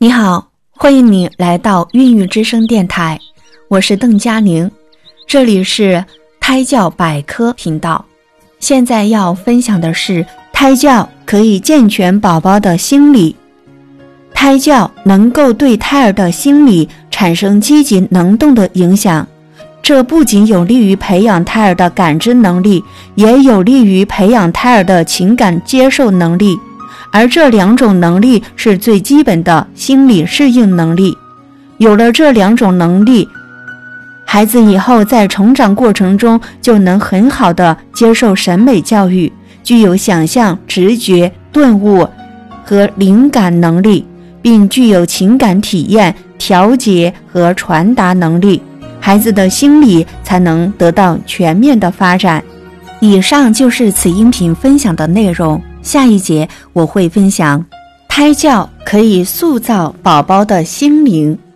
你好，欢迎你来到孕育之声电台，我是邓佳宁，这里是胎教百科频道。现在要分享的是胎教可以健全宝宝的心理。胎教能够对胎儿的心理产生积极能动的影响，这不仅有利于培养胎儿的感知能力，也有利于培养胎儿的情感接受能力，而这两种能力是最基本的心理适应能力。有了这两种能力，孩子以后在成长过程中就能很好的接受审美教育，具有想象、直觉、顿悟和灵感能力，并具有情感体验、调节和传达能力，孩子的心理才能得到全面的发展。以上就是此音频分享的内容，下一节我会分享胎教可以塑造宝宝的心灵。